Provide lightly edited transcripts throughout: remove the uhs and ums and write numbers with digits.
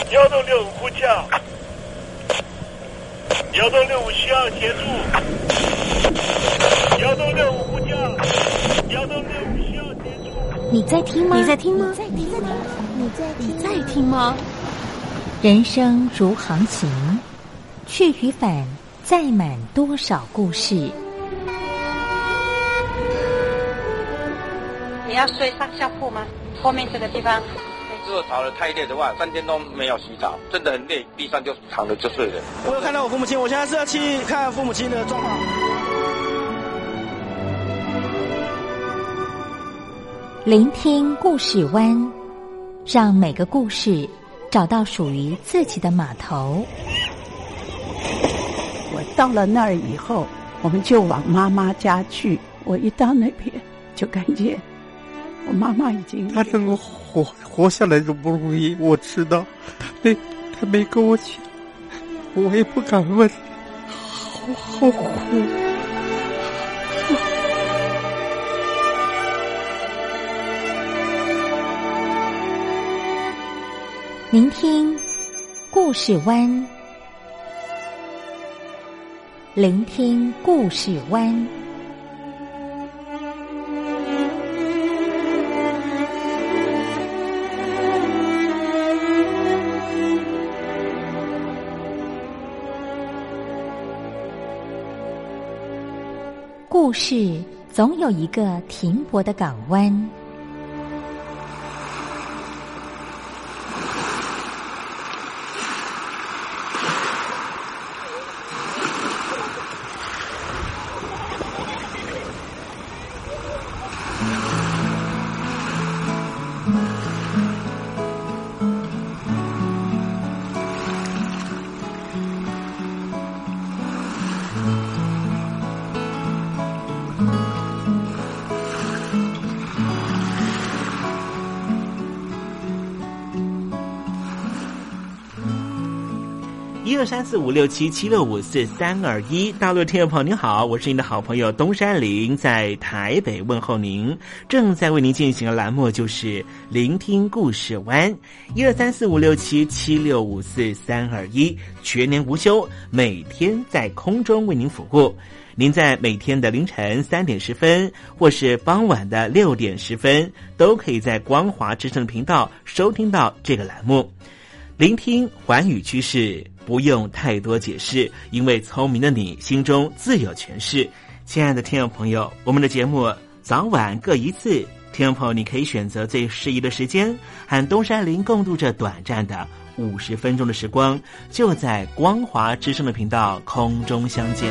幺洞六五呼叫，幺洞六五需要协助，幺洞六五呼叫，幺洞六五需要协助。 你在听吗？ 你在听吗？ 你在听吗？ 人生如航行，去与返载满多少故事。 你要睡上下铺吗？后面这个地方。 如果吵得太累的话，3天都没有洗澡，真的很累，地上就躺着就睡了。 我有看到我父母亲，我现在是要去看父母亲的状况。 聆听故事湾，让每个故事找到属于自己的码头。 我到了那儿以后，我们就往妈妈家去。我一到那边，就感觉我妈妈已经她能够活下来都不容易，我知道。她没跟我讲，我也不敢问，好苦。 聆听故事湾，聆听故事湾。故事总有一个停泊的港湾。 123456776543221，大陆听众朋友您好，我是您的好朋友东山林，在台北问候您。正在为您进行的栏目就是聆听故事湾，123456776543221，全年无休，每天在空中为您服务。您在每天的凌晨3点10分，或是傍晚的6点10分，都可以在光华之声频道收听到这个栏目。聆听寰宇趋势，不用太多解释，因为聪明的你心中自有诠释。亲爱的听众朋友，我们的节目早晚各一次，听众朋友你可以选择最适宜的时间，和东山林共度这短暂的50分钟的时光，就在光华之声的频道空中相见。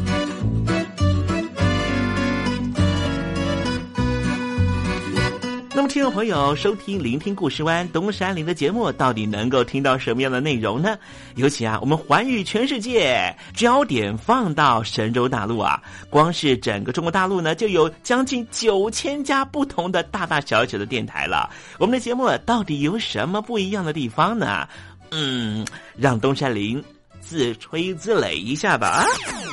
那么听众朋友，收听聆听故事湾东山林的节目，到底能够听到什么样的内容呢？尤其我们寰宇全世界，焦点放到神州大陆光是整个中国大陆呢，就有将近9000家不同的大大小小的电台了。我们的节目到底有什么不一样的地方呢？让东山林自吹自擂一下吧。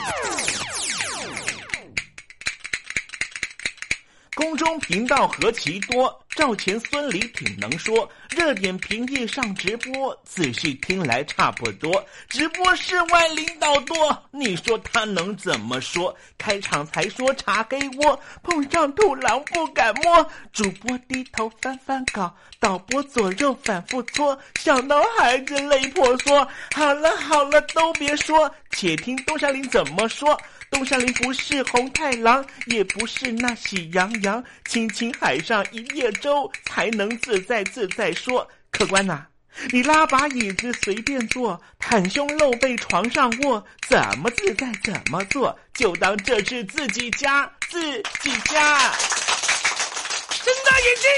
空中频道何其多，赵钱孙李挺能说，热点平地上直播，仔细听来差不多。直播室外领导多，你说他能怎么说？开场才说茶黑窝，碰上土狼不敢摸。主播低头翻翻稿，导播左右反复搓，想到孩子泪婆娑。好了好了，都别说，且听东山林怎么说。东山林不是红太狼，也不是那喜羊羊，亲亲海上一叶舟，才能自在自在说。客官你拉把椅子随便坐，袒胸露背床上卧，怎么自在怎么做，就当这是自己家，自己家。睁大眼睛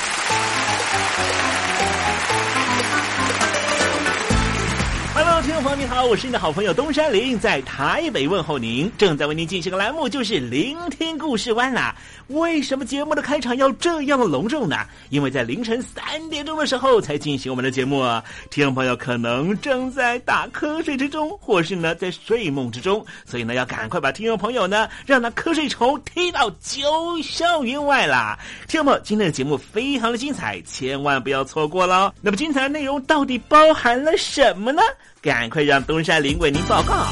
，Showtime！Hello， 听众朋朋友你好，我是你的好朋友东山林，在台北问候您。正在为您进行的栏目就是聆听故事湾啦。为什么节目的开场要这样的隆重呢？因为在凌晨3点钟的时候才进行我们的节目啊。听众朋友可能正在打瞌睡之中，或是呢在睡梦之中，所以呢要赶快把听众朋友呢让那瞌睡虫踢到九霄云外啦。听众朋友，今天的节目非常的精彩，千万不要错过了。那么精彩的内容到底包含了什么呢？赶快让东山林为您报告。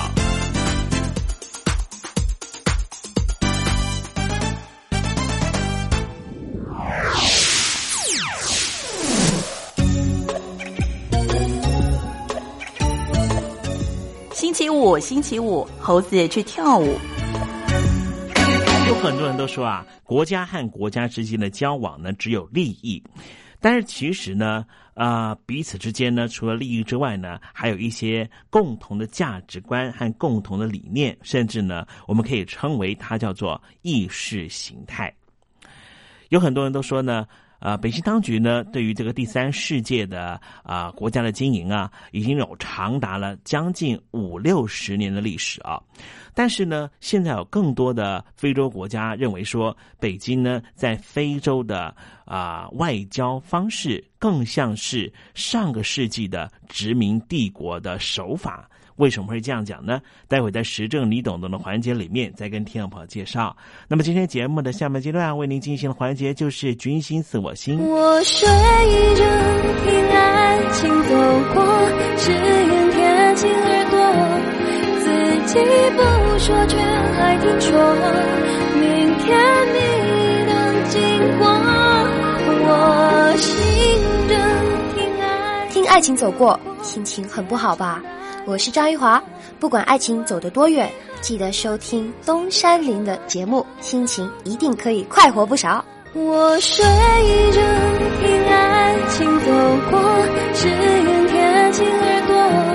星期五，猴子去跳舞。 有很多人都说啊，国家和国家之间的交往呢，只有利益。但是其实呢，彼此之间呢，除了利益之外呢，还有一些共同的价值观和共同的理念，甚至呢，我们可以称为它叫做意识形态。有很多人都说呢，北京当局呢，对于这个第三世界的国家的经营啊，已经有长达了将近50-60年的历史啊。但是呢，现在有更多的非洲国家认为说，北京呢在非洲的外交方式更像是上个世纪的殖民帝国的手法。为什么会这样讲呢？待会在时政你懂得的环节里面再跟听众朋友介绍。那么今天节目的下半阶段为您进行的环节就是君心似我心。 我睡着听爱情走过，只愿贴近耳朵，自己不说却还听说，明天你能经过，我醒着听爱情走过，心情很不好吧？我是张玉华，不管爱情走得多远，记得收听东山林的节目，心情一定可以快活不少。 我睡着听爱情走过，只愿贴近耳朵。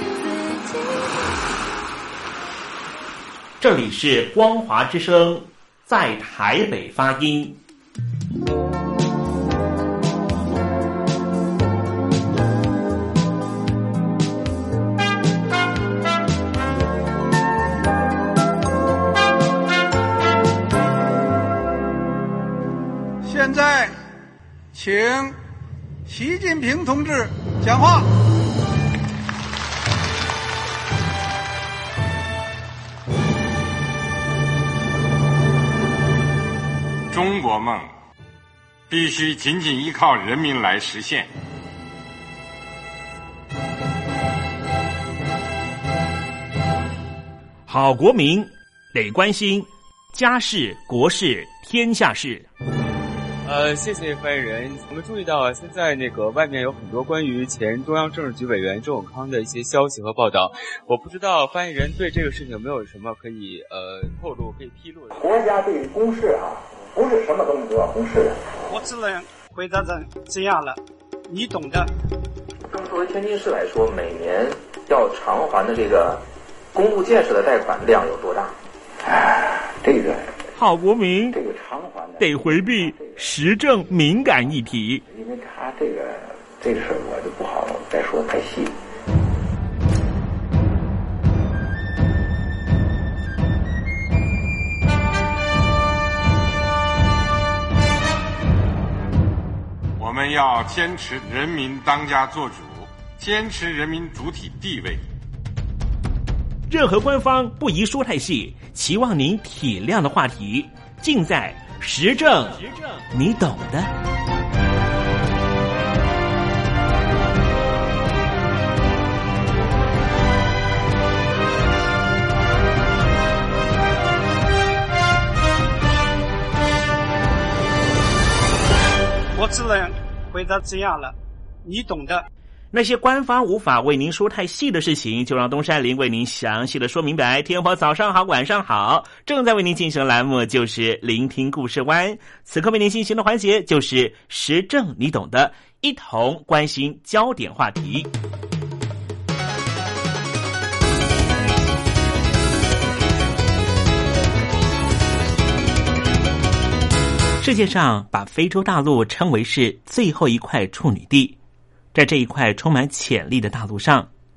这里是光华之声，在台北发音。 现在，请习近平同志讲话。 中国梦必须紧紧依靠人民来实现。 好国民得关心家事、国事、天下事。 谢谢发言人。我们注意到现在外面有很多关于前中央政治局委员周永康的一些消息和报道，我不知道发言人对这个事情有没有什么可以透露、可以披露的。 国家对于公事不是什么东西都要公示的。 我只能回答这样了，你懂的。 作为天津市来说，每年要偿还的这个公路建设的贷款量有多大？这个好国民这个偿还得回避时政敏感议题， 因为他这个事儿我就不好再说太细。 我们要坚持人民当家作主，坚持人民主体地位。 任何官方不宜说太细，期望您体谅的话题，尽在时政你懂的。 我只能回答这样了，你懂的。 那些官方无法为您说太细的事情，就让东山林为您详细的说明白。天婆早上好，晚上好，正在为您进行的栏目就是聆听故事湾，此刻为您进行的环节就是时政你懂的，一同关心焦点话题。世界上把非洲大陆称为是最后一块处女地，在这一块充满潜力的大陆上，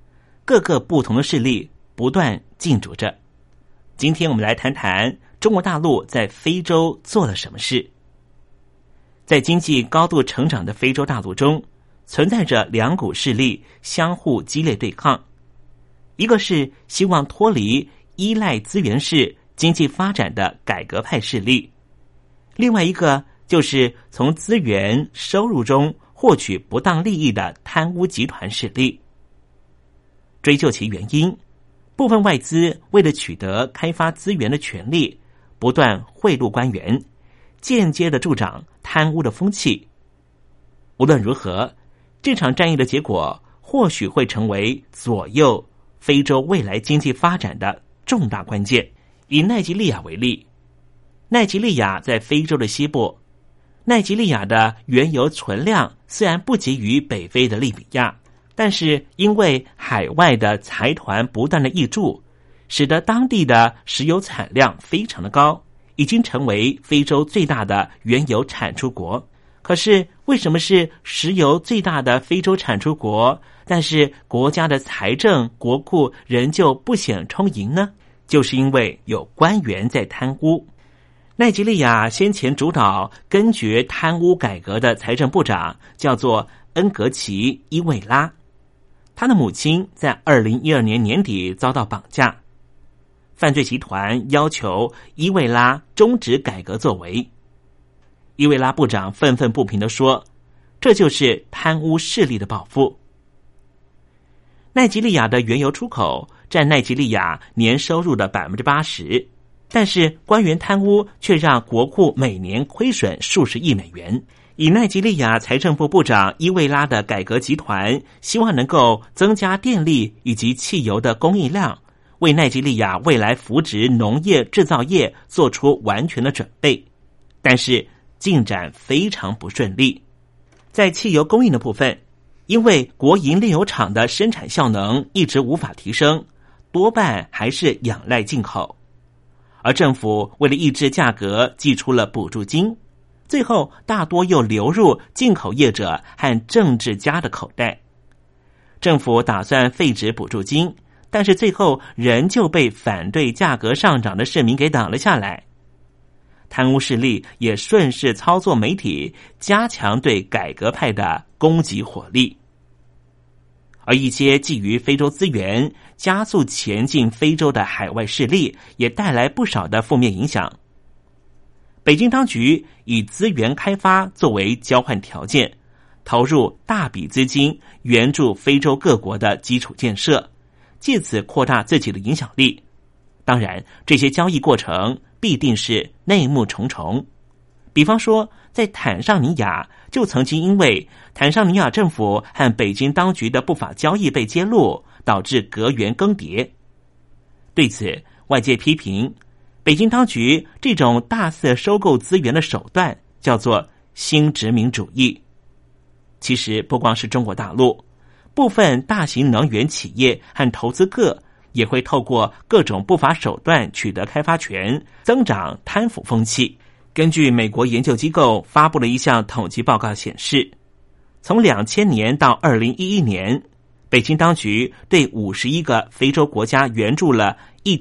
各个不同的势力不断竞逐着。今天我们来谈谈中国大陆在非洲做了什么事。在经济高度成长的非洲大陆中，存在着两股势力相互激烈对抗，一个是希望脱离依赖资源式经济发展的改革派势力，另外一个就是从资源收入中获取不当利益的贪污集团势力。追究其原因，部分外资为了取得开发资源的权利，不断贿赂官员，间接的助长贪污的风气。无论如何，这场战役的结果或许会成为左右非洲未来经济发展的重大关键。以奈及利亚为例，奈及利亚在非洲的西部，奈及利亚的原油存量虽然不及于北非的利比亚，但是因为海外的财团不断的挹注，使得当地的石油产量非常的高，已经成为非洲最大的原油产出国。可是为什么是石油最大的非洲产出国，但是国家的财政国库仍旧不显充盈呢？就是因为有官员在贪污。奈及利亚先前主导根绝贪污改革的财政部长叫做恩格奇伊卫拉，他的母亲在2012年年底遭到绑架，犯罪集团要求伊卫拉终止改革作为。伊卫拉部长愤愤不平地说，这就是贪污势力的报复。奈及利亚的原油出口占奈及利亚年收入的 80%， 但是官员贪污却让国库每年亏损数十亿美元。以奈及利亚财政部部长伊卫拉的改革集团希望能够增加电力以及汽油的供应量，为奈及利亚未来扶植农业制造业做出完全的准备，但是进展非常不顺利。在汽油供应的部分，因为国营炼油厂的生产效能一直无法提升，多半还是仰赖进口，而政府为了抑制价格寄出了补助金，最后大多又流入进口业者和政治家的口袋。政府打算废止补助金，但是最后仍旧被反对价格上涨的市民给挡了下来。贪污势力也顺势操作媒体，加强对改革派的攻击火力。而一些觊觎非洲资源、加速前进非洲的海外势力，也带来不少的负面影响。北京当局以资源开发作为交换条件，投入大笔资金援助非洲各国的基础建设，借此扩大自己的影响力。当然，这些交易过程必定是内幕重重。比方说，在坦尚尼亚就曾经因为坦尚尼亚政府和北京当局的不法交易被揭露，导致阁员更迭。对此，外界批评北京当局这种大肆收购资源的手段叫做新殖民主义。其实不光是中国大陆，部分大型能源企业和投资客也会透过各种不法手段取得开发权，增长贪腐风气。根据美国研究机构发布的一项统计报告显示，从2000年到2011年，北京当局对51个非洲国家援助了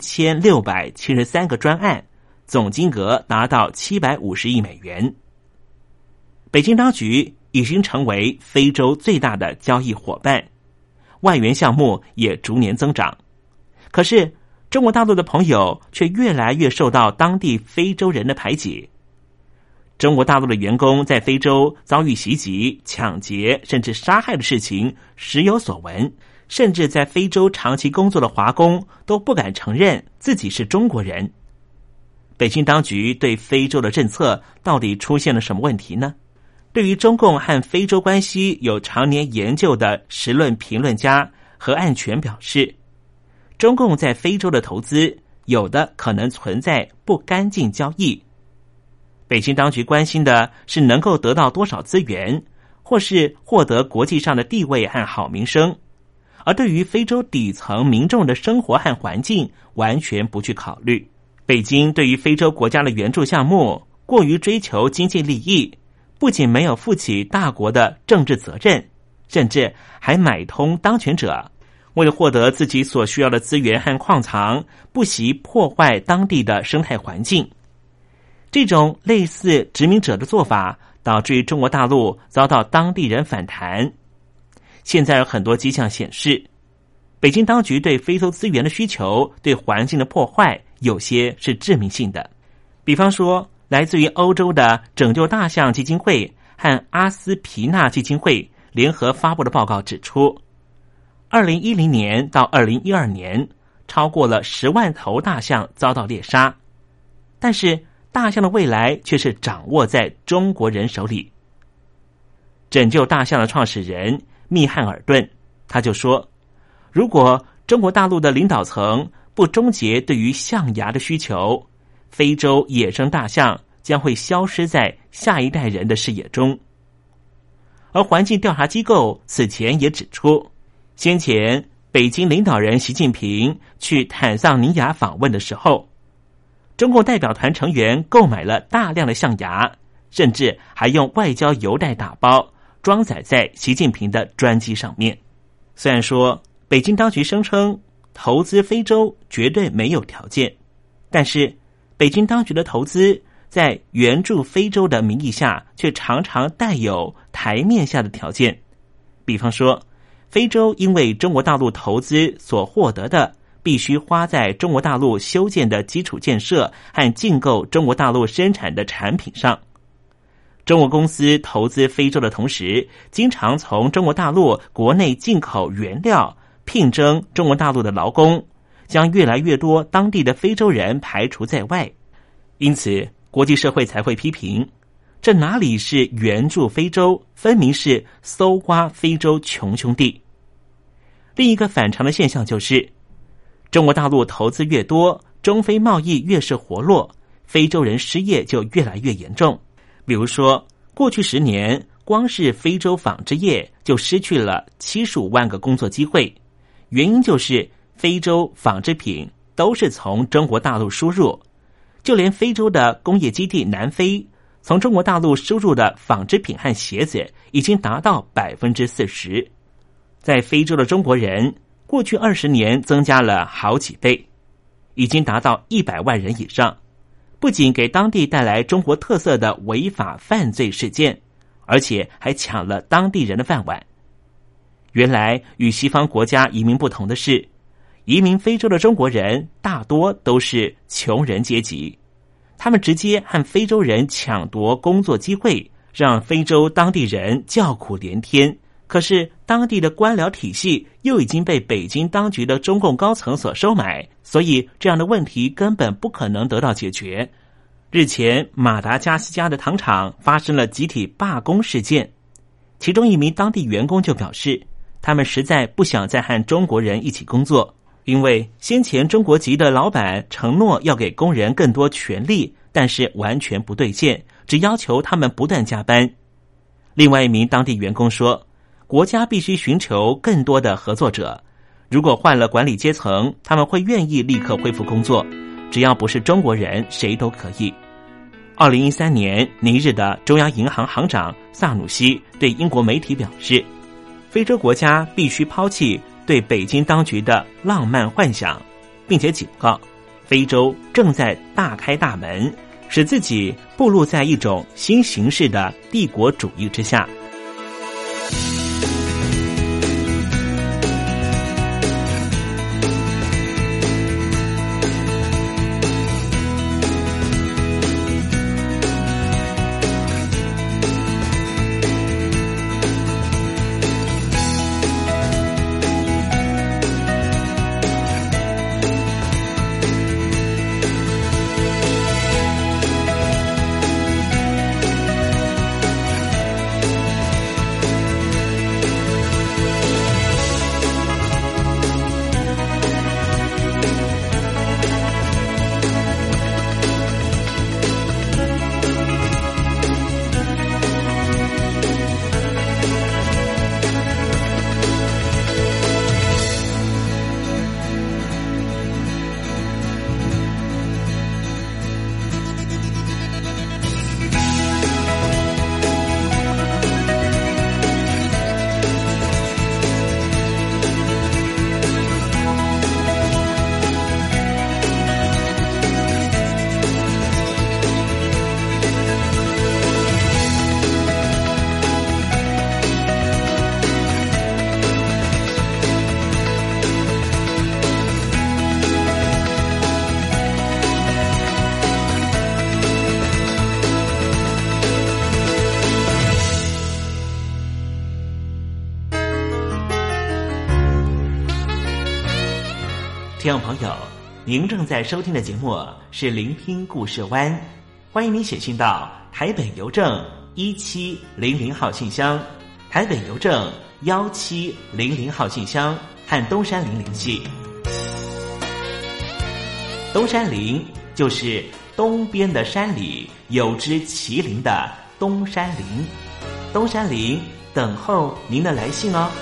1673个专案，总金额达到750亿美元。北京当局已经成为非洲最大的交易伙伴，外援项目也逐年增长。可是中国大陆的朋友却越来越受到当地非洲人的排挤。中国大陆的员工在非洲遭遇袭击、抢劫甚至杀害的事情时有所闻，甚至在非洲长期工作的华工都不敢承认自己是中国人。北京当局对非洲的政策到底出现了什么问题呢？对于中共和非洲关系有常年研究的时论评论家何岸全表示，中共在非洲的投资有的可能存在不干净交易。北京当局关心的是能够得到多少资源，或是获得国际上的地位和好名声，而对于非洲底层民众的生活和环境完全不去考虑。北京对于非洲国家的援助项目过于追求经济利益，不仅没有负起大国的政治责任，甚至还买通当权者， 为了获得自己所需要的资源和矿藏，不惜破坏当地的生态环境。这种类似殖民者的做法，导致于中国大陆遭到当地人反弹。现在有很多迹象显示，北京当局对非洲资源的需求、对环境的破坏，有些是致命性的。比方说，来自于欧洲的拯救大象基金会和阿斯皮纳基金会联合发布的报告指出，2010年到2012年，超过了10万头大象遭到猎杀，但是大象的未来却是掌握在中国人手里。拯救大象的创始人密汉尔顿他就说，如果中国大陆的领导层不终结对于象牙的需求，非洲野生大象将会消失在下一代人的视野中。而环境调查机构此前也指出，先前北京领导人习近平去坦桑尼亚访问的时候，中共代表团成员购买了大量的象牙，甚至还用外交邮袋打包装载在习近平的专机上面。虽然说北京当局声称投资非洲绝对没有条件，但是北京当局的投资在援助非洲的名义下，却常常带有台面下的条件。比方说，非洲因为中国大陆投资所获得的，必须花在中国大陆修建的基础建设和进购中国大陆生产的产品上。中国公司投资非洲的同时，经常从中国大陆国内进口原料，聘征中国大陆的劳工，将越来越多当地的非洲人排除在外。因此国际社会才会批评，这哪里是援助非洲，分明是搜刮非洲穷兄弟。另一个反常的现象就是，中国大陆投资越多，中非贸易越是活络，非洲人失业就越来越严重。比如说，过去10年，光是非洲纺织业就失去了75万个工作机会，原因就是非洲纺织品都是从中国大陆输入，就连非洲的工业基地南非，从中国大陆输入的纺织品和鞋子已经达到 40%。 在非洲的中国人过去20年增加了好几倍，已经达到100万人以上，不仅给当地带来中国特色的违法犯罪事件，而且还抢了当地人的饭碗。原来与西方国家移民不同的是，移民非洲的中国人大多都是穷人阶级，他们直接和非洲人抢夺工作机会，让非洲当地人叫苦连天。可是当地的官僚体系又已经被北京当局的中共高层所收买，所以这样的问题根本不可能得到解决。日前马达加斯加的糖厂发生了集体罢工事件，其中一名当地员工就表示，他们实在不想再和中国人一起工作，因为先前中国籍的老板承诺要给工人更多权利，但是完全不兑现，只要求他们不断加班。另外一名当地员工说，国家必须寻求更多的合作者，如果换了管理阶层，他们会愿意立刻恢复工作，只要不是中国人，谁都可以。2013年尼日的中央银行行长萨努西对英国媒体表示，非洲国家必须抛弃对北京当局的浪漫幻想，并且警告非洲正在大开大门，使自己暴露在一种新形式的帝国主义之下。 听众朋友，您正在收听的节目是聆听故事湾，欢迎您写信到台北邮政1700号信箱，台北邮政1700号信箱，和东山林联系。东山林就是东边的山里有只麒麟的东山林，东山林等候您的来信哦。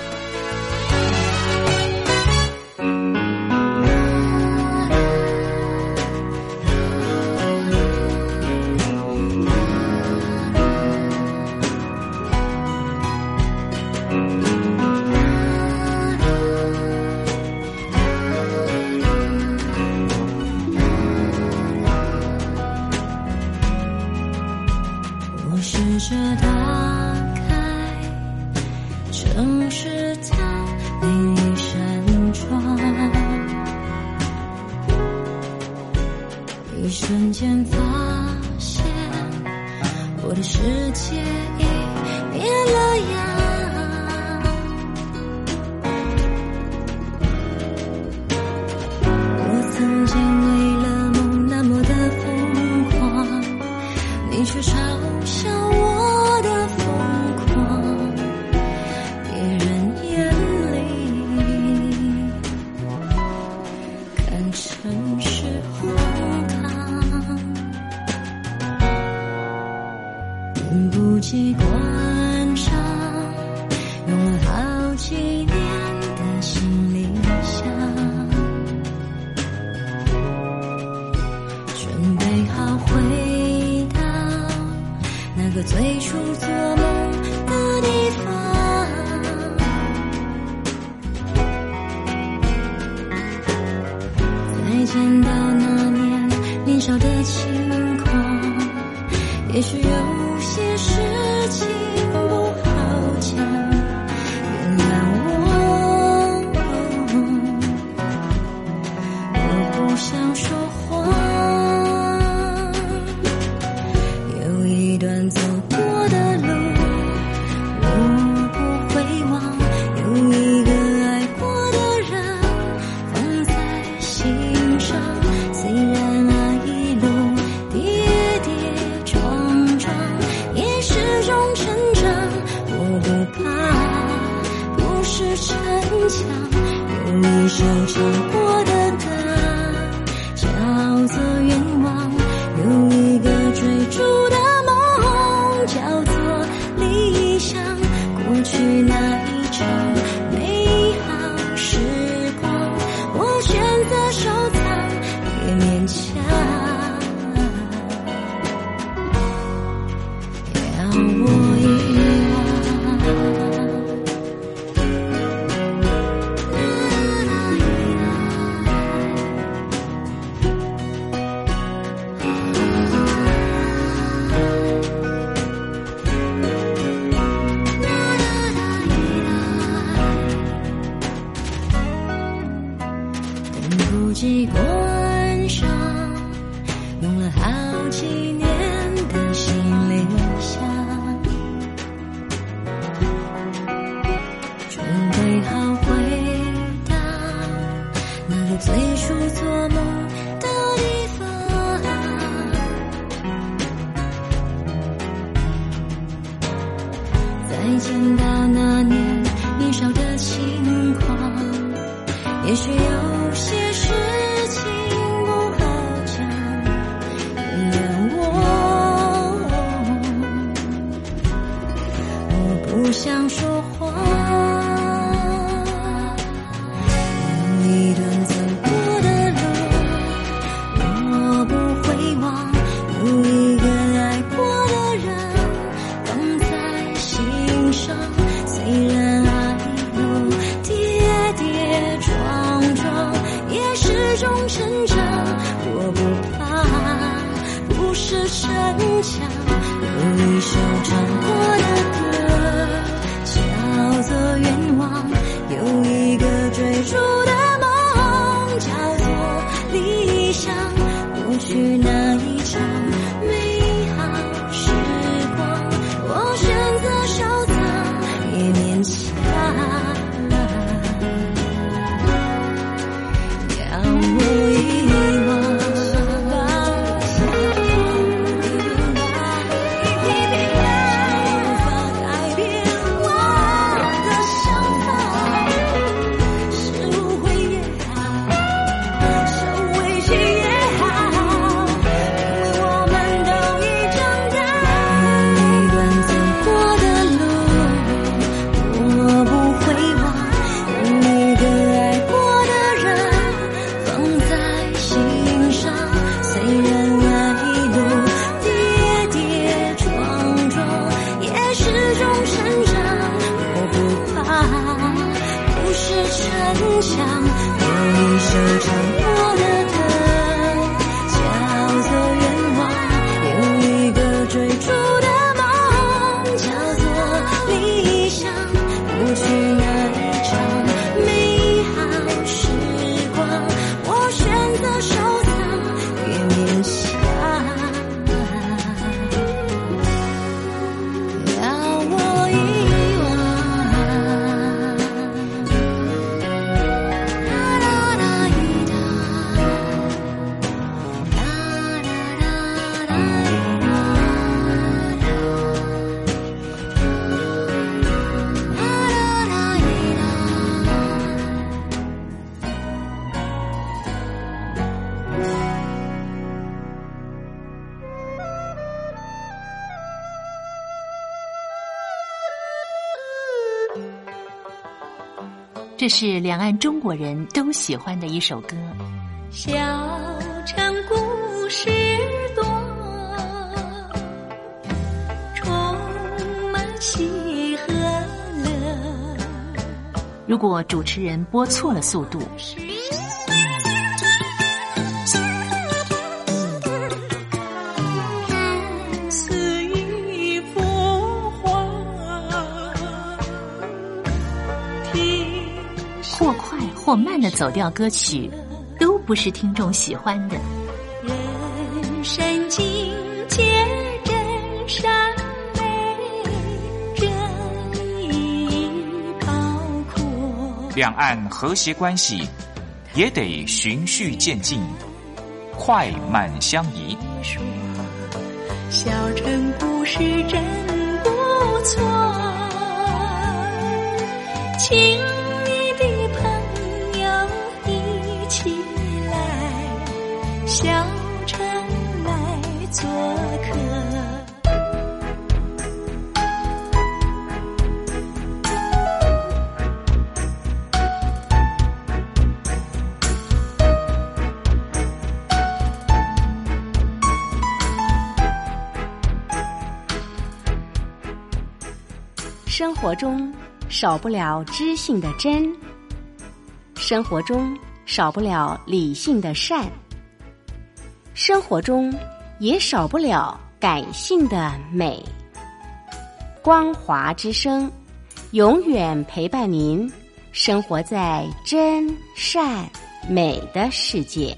沉香，有一首唱过的歌，叫做愿望，有一个追逐的梦，叫做理想，不去那一场美好时光，我选择收藏，别勉强。 这是两岸中国人都喜欢的一首歌。 小城故事多，充满喜和乐。 如果主持人播错了速度， 似一幅画， 或快或慢的走调歌曲，都不是听众喜欢的。 人生境界真善美，这一包括。 两岸和谐关系也得循序渐进，快慢相宜。 小城故事真不错，亲密的朋友一起来，小城来做客。 生活中少不了知性的真，生活中少不了理性的善，生活中也少不了感性的美。光华之声永远陪伴您生活在真善美的世界。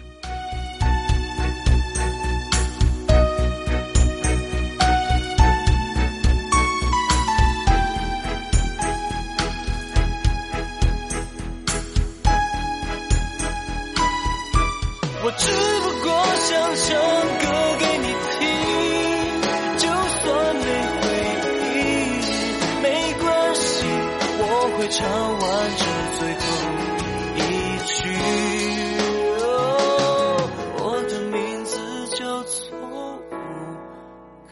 我只不过想唱歌给你听，就算没回应没关系，我会唱完这最后一句。我的名字叫做吴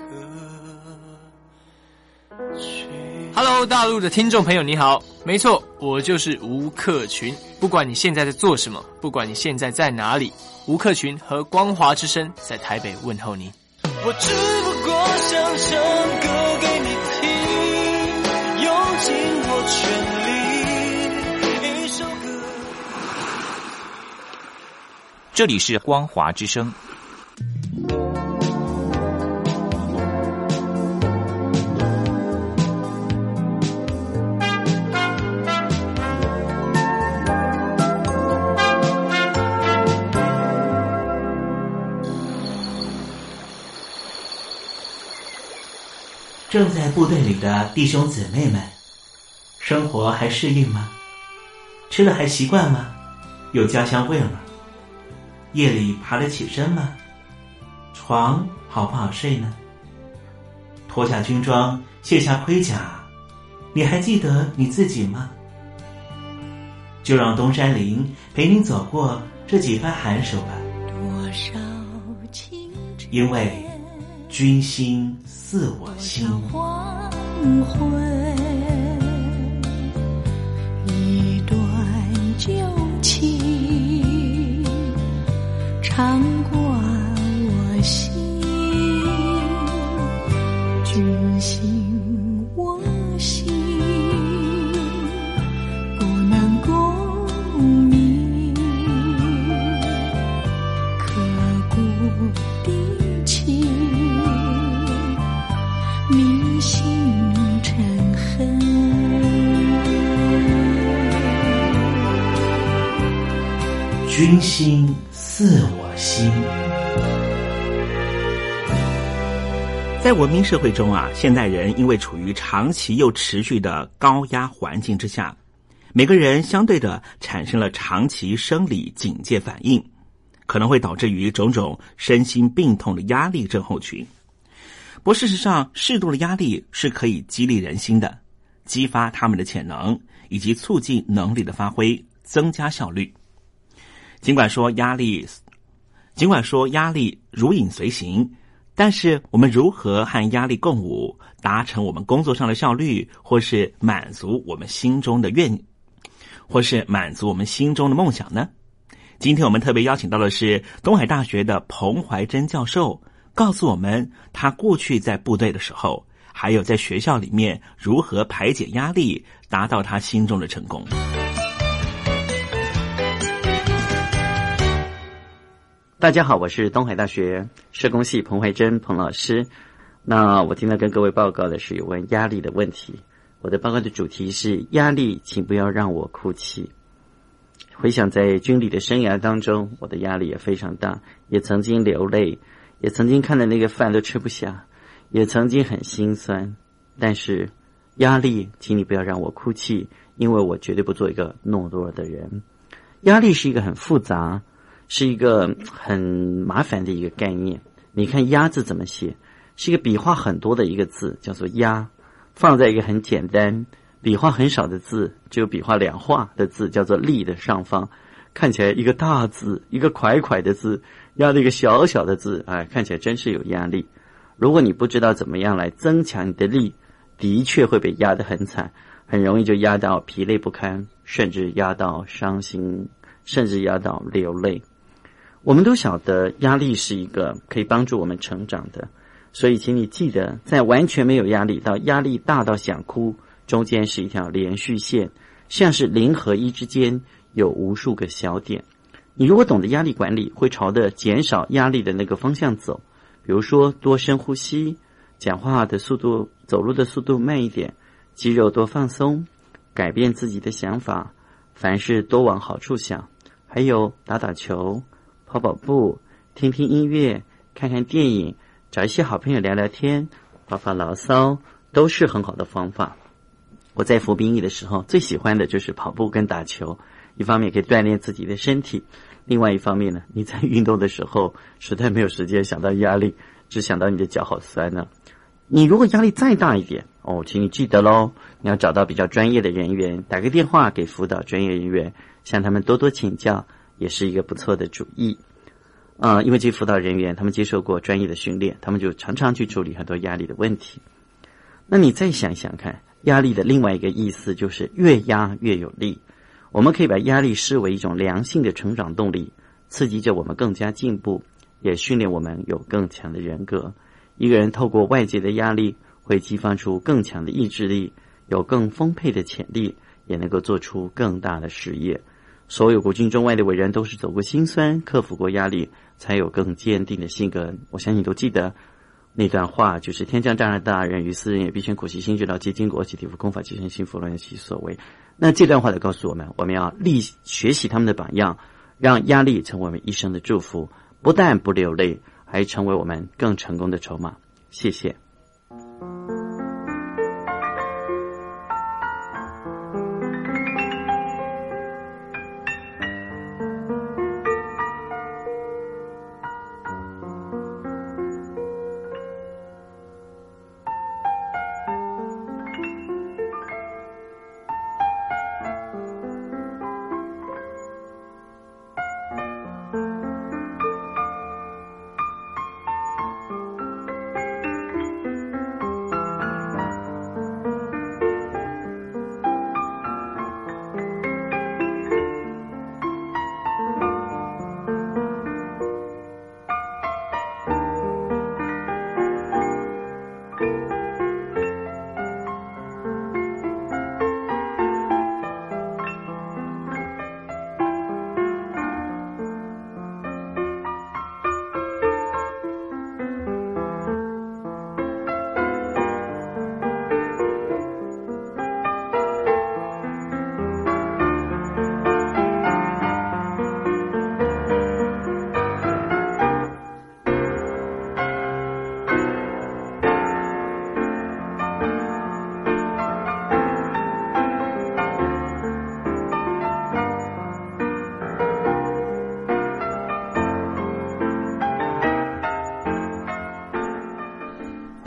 克群。 Hello， 大陆的听众朋友你好，没错，我就是吴克群。不管你现在在做什么，不管你现在在哪里，吴克群和光华之声在台北问候您。 我只不过想唱歌给你听，用尽我全力，一首歌。 这里是光华之声。 正在部队里的弟兄姊妹们，生活还适应吗？吃的还习惯吗？有家乡味吗？夜里爬得起身吗？床好不好睡呢？脱下军装，卸下盔甲，你还记得你自己吗？就让东山林陪您走过这几番寒暑吧。 多少情因为君心似我心。 黄昏，一段旧情常挂我心，君心我心，不难过君心似我心。在文明社会中啊，现代人因为处于长期又持续的高压环境之下，每个人相对的产生了长期生理警戒反应，可能会导致于种种身心病痛的压力症候群。不过事实上，适度的压力是可以激励人心的，激发他们的潜能，以及促进能力的发挥，增加效率。尽管说压力如影随形，但是我们如何和压力共舞，达成我们工作上的效率，或是满足我们心中的梦想呢？今天我们特别邀请到的是东海大学的彭怀珍教授，告诉我们他过去在部队的时候，还有在学校里面如何排解压力，达到他心中的成功。 大家好，我是东海大学社工系彭怀珍彭老师。那我今天跟各位报告的是有关压力的问题。我的报告的主题是压力，请不要让我哭泣。回想在军旅的生涯当中，我的压力也非常大，也曾经流泪，也曾经看到那个饭都吃不下，也曾经很心酸。但是压力，请你不要让我哭泣，因为我绝对不做一个懦弱的人。压力是一个很复杂，是一个很麻烦的一个概念。你看压字怎么写，是一个笔画很多的一个字，叫做压，放在一个很简单笔画很少的字，只有笔画2画的字，叫做力的上方，看起来一个大字，一个块块的字，压了一个小小的字，看起来真是有压力。如果你不知道怎么样来增强你的力，的确会被压得很惨，很容易就压到疲累不堪，甚至压到伤心，甚至压到流泪。我们都晓得压力是一个可以帮助我们成长的，所以请你记得，在完全没有压力到压力大到想哭，中间是一条连续线，像是0和1之间有无数个小点。你如果懂得压力管理，会朝着减少压力的那个方向走。比如说多深呼吸，讲话的速度，走路的速度慢一点，肌肉多放松，改变自己的想法，凡事多往好处想，还有打打球，跑跑步，听听音乐，看看电影，找一些好朋友聊聊天，发发牢骚，都是很好的方法。我在服兵役的时候，最喜欢的就是跑步跟打球，一方面可以锻炼自己的身体，另外一方面呢，你在运动的时候实在没有时间想到压力，只想到你的脚好酸呢。你如果压力再大一点请你记得咯，你要找到比较专业的人员，打个电话给辅导专业人员，向他们多多请教，也是一个不错的主意。因为这些辅导人员他们接受过专业的训练，他们就常常去处理很多压力的问题。那你再想想看，压力的另外一个意思就是越压越有力。我们可以把压力视为一种良性的成长动力，刺激着我们更加进步，也训练我们有更强的人格。一个人透过外界的压力，会激发出更强的意志力，有更丰沛的潜力，也能够做出更大的事业。所有古今中外的伟人都是走过辛酸，克服过压力，才有更坚定的性格。我相信你都记得那段话，就是天将降大任于斯人也，必先苦其心志，劳其筋骨，饿其体肤，空乏其身，行拂乱其所为。那这段话就告诉我们，我们要学习他们的榜样，让压力成为我们一生的祝福，不但不流泪，还成为我们更成功的筹码。谢谢。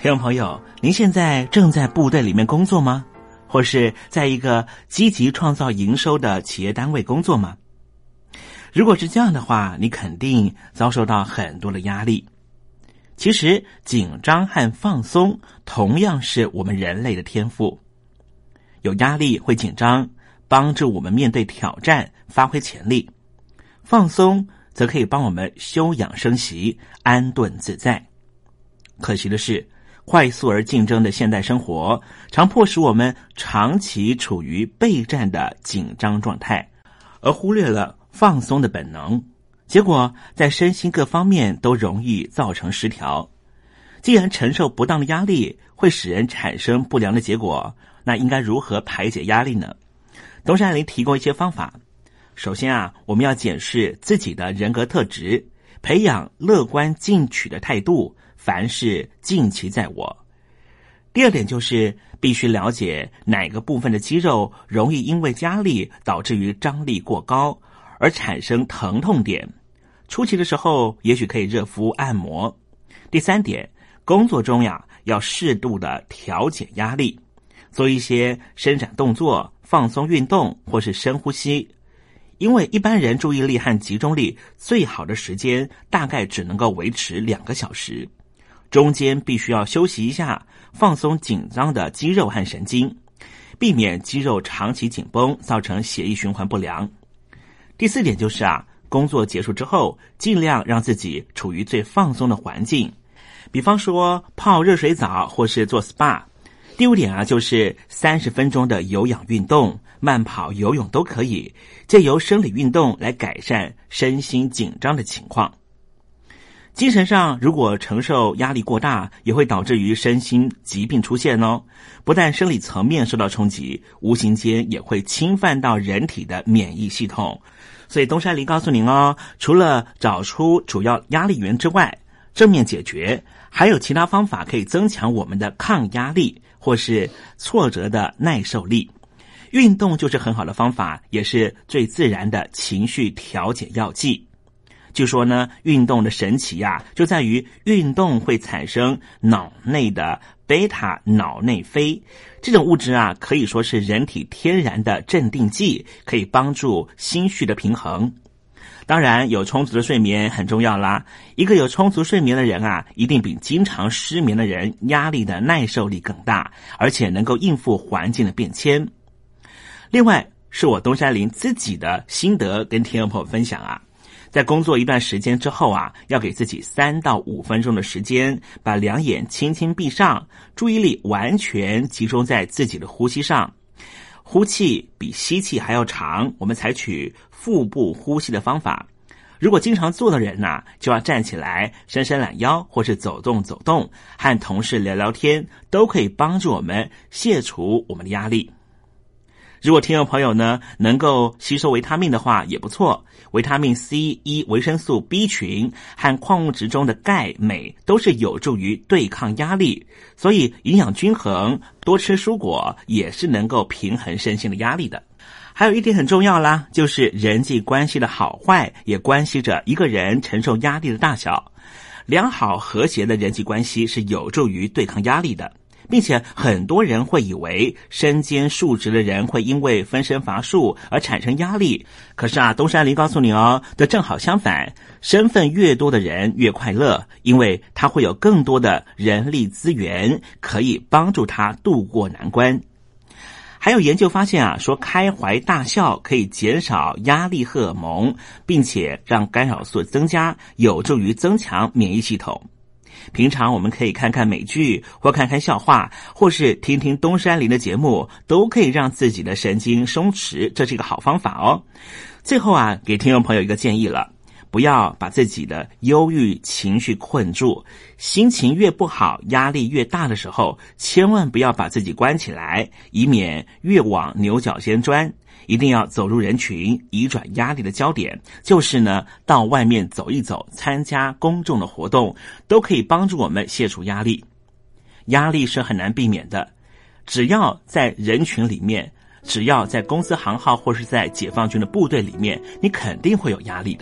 听众朋友，您现在正在部队里面工作吗？或是在一个积极创造营收的企业单位工作吗？如果是这样的话，你肯定遭受到很多的压力。其实紧张和放松同样是我们人类的天赋。有压力会紧张，帮助我们面对挑战，发挥潜力；放松则可以帮我们休养生息，安顿自在。可惜的是，快速而竞争的现代生活常迫使我们长期处于备战的紧张状态，而忽略了放松的本能，结果在身心各方面都容易造成失调。既然承受不当的压力会使人产生不良的结果，那应该如何排解压力呢？东山林提供一些方法。首先我们要检视自己的人格特质，培养乐观进取的态度，凡事尽其在我。第二点就是必须了解哪个部分的肌肉容易因为压力导致于张力过高而产生疼痛点，初期的时候也许可以热敷按摩。第三点，工作中要适度的调节压力，做一些伸展动作、放松运动或是深呼吸。因为一般人注意力和集中力最好的时间大概只能够维持2个小时，中间必须要休息一下，放松紧张的肌肉和神经，避免肌肉长期紧绷造成血液循环不良。第四点就是工作结束之后尽量让自己处于最放松的环境，比方说泡热水澡或是做 SPA。 第五点就是30分钟的有氧运动，慢跑、游泳都可以，借由生理运动来改善身心紧张的情况。精神上如果承受压力过大，也会导致于身心疾病出现哦。不但生理层面受到冲击，无形间也会侵犯到人体的免疫系统。所以东山林告诉您哦，除了找出主要压力源之外，正面解决还有其他方法可以增强我们的抗压力或是挫折的耐受力。运动就是很好的方法，也是最自然的情绪调节药剂。据说呢，运动的神奇就在于运动会产生脑内的贝塔脑内啡，这种物质可以说是人体天然的镇定剂，可以帮助心绪的平衡。当然有充足的睡眠很重要啦，一个有充足睡眠的人一定比经常失眠的人压力的耐受力更大，而且能够应付环境的变迁。另外是我东山林自己的心得跟听众朋友分享在工作一段时间之后要给自己3到5分钟的时间，把2眼轻轻闭上，注意力完全集中在自己的呼吸上。呼气比吸气还要长，我们采取腹部呼吸的方法。如果经常坐的人就要站起来伸伸懒腰，或是走动走动，和同事聊聊天，都可以帮助我们卸除我们的压力。如果听众朋友呢能够吸收维他命的话也不错，维他命 C、E、维生素 B 群和矿物质中的钙、镁都是有助于对抗压力，所以营养均衡，多吃蔬果也是能够平衡身心的压力的。还有一点很重要啦，就是人际关系的好坏也关系着一个人承受压力的大小。良好和谐的人际关系是有助于对抗压力的，并且很多人会以为身兼数职的人会因为分身乏术而产生压力，可是东山林告诉你哦，这正好相反，身份越多的人越快乐，因为他会有更多的人力资源可以帮助他度过难关。还有研究发现说开怀大笑可以减少压力荷尔蒙，并且让干扰素增加，有助于增强免疫系统。平常我们可以看看美剧，或看看笑话，或是听听东山林的节目，都可以让自己的神经松弛，这是一个好方法哦。最后给听众朋友一个建议了，不要把自己的忧郁情绪困住，心情越不好，压力越大的时候，千万不要把自己关起来，以免越往牛角尖钻。一定要走入人群，移转压力的焦点，就是呢到外面走一走，参加公众的活动，都可以帮助我们卸除压力。压力是很难避免的，只要在人群里面，只要在公司行号或是在解放军的部队里面，你肯定会有压力的。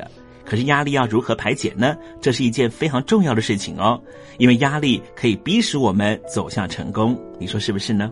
可是压力要如何排解呢？这是一件非常重要的事情哦，因为压力可以逼使我们走向成功，你说是不是呢？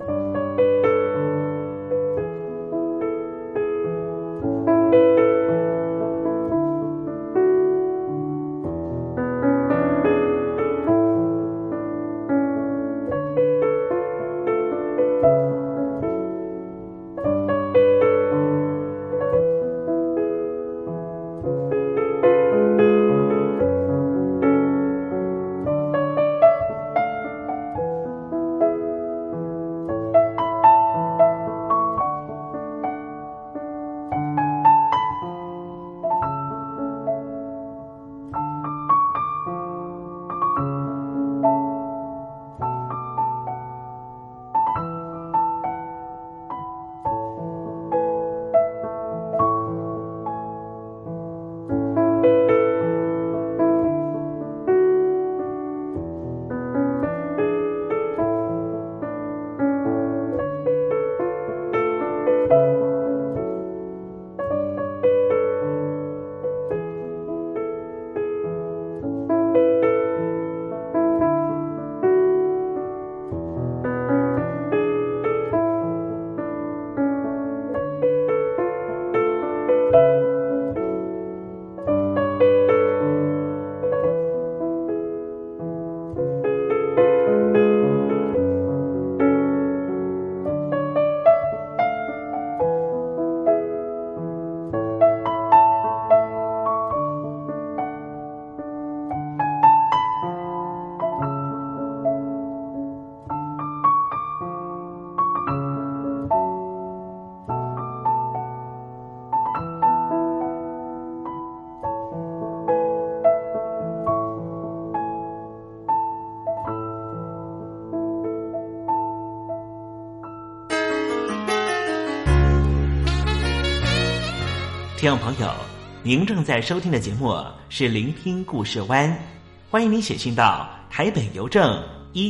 听众朋友，您正在收听的节目是聆听故事湾，欢迎您写信到台北邮政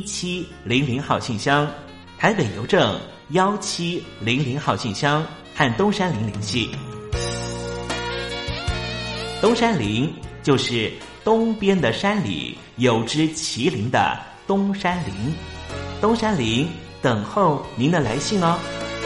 1700号信箱，台北邮政1700号信箱，和东山林联系。东山林就是东边的山里有只麒麟的东山林，东山林等候您的来信哦。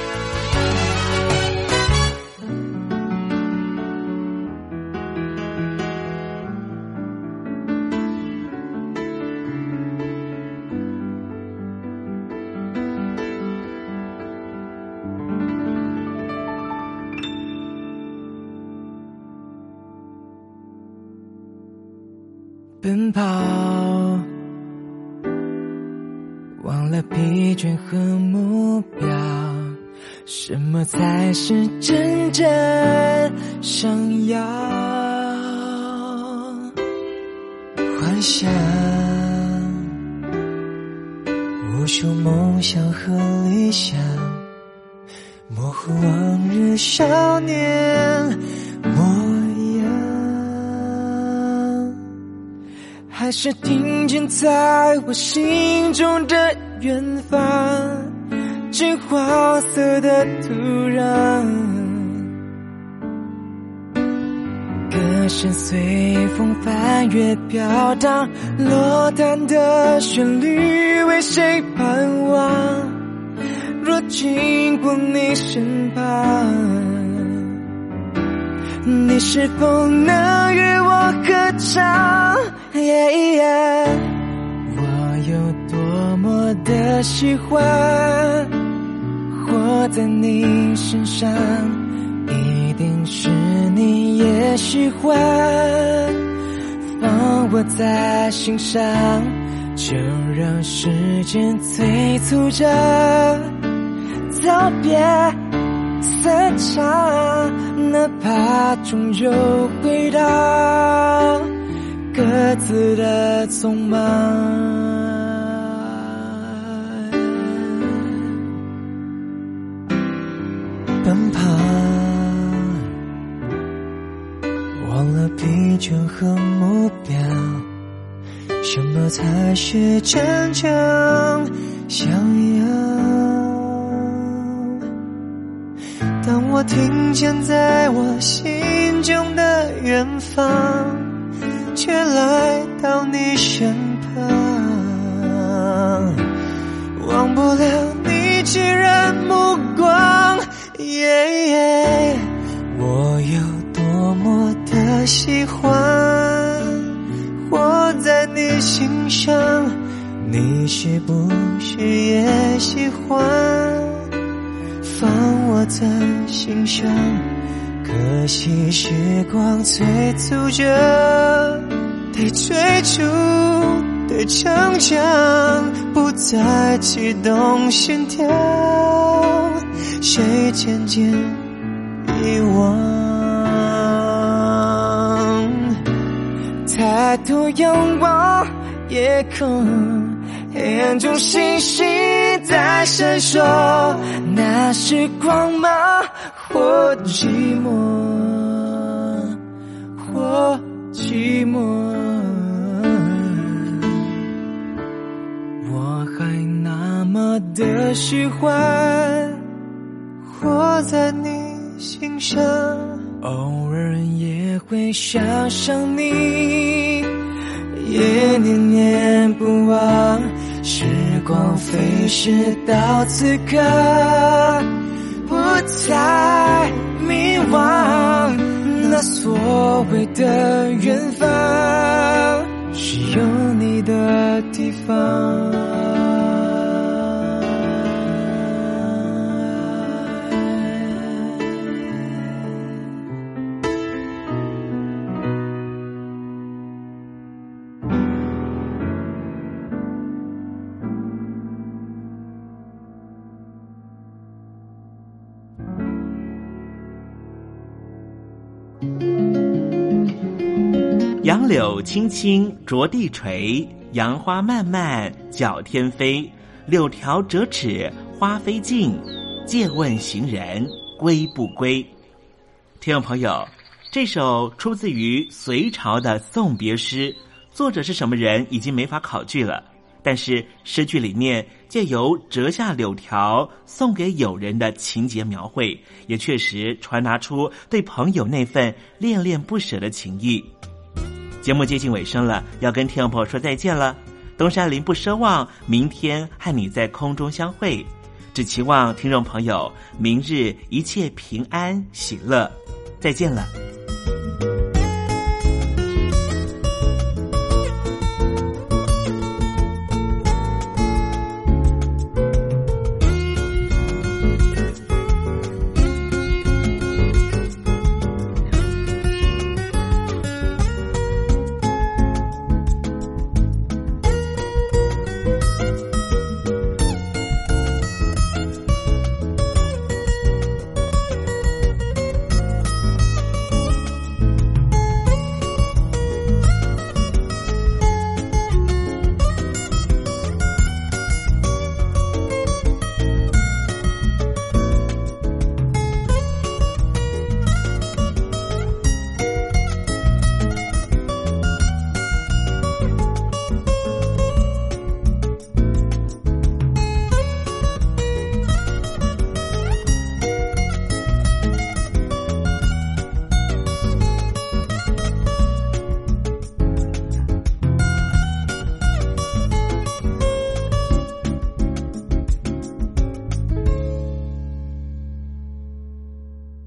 奔跑，忘了疲倦和目标，什么才是真正想要？幻想，无数梦想和理想，模糊往日少年还是听见在我心中的远方，金黄色的土壤，歌声随风翻越飘荡，落单的旋律为谁盼望？若经过你身旁，你是否能与我歌唱？我有多么的喜欢活在你身上，一定是你也喜欢放我在心上，就让时间催促着道别散场，哪怕终究回到各自的匆忙。奔跑，忘了疲倦和目标，什么才是真正想要？当我我听见在我心中的远方，却来到你身旁，忘不了你炙热目光，我有多么的喜欢活在你心上，你是不是也喜欢放我在心上？可惜时光催促着得追逐的成长，不再启动心跳，谁渐渐遗忘？抬头仰望夜空，黑暗中星星在闪烁，那是光吗？或寂寞，或寂寞。我还那么的喜欢活在你心上，偶尔也会想想你，也念念不忘。时光飞逝到此刻，不再迷惘，那所谓的远方，是有你的地方。 杨柳青青着地垂，杨花漫漫搅天飞。柳条折尺花飞尽，借问行人归不归？听众朋友，这首出自于隋朝的送别诗，作者是什么人已经没法考据了，但是诗句里面借由折下柳条送给友人的情节描绘，也确实传达出对朋友那份恋恋不舍的情谊。节目接近尾声了，要跟听众朋友说再见了。东山林不奢望明天和你在空中相会，只期望听众朋友明日一切平安喜乐。再见了。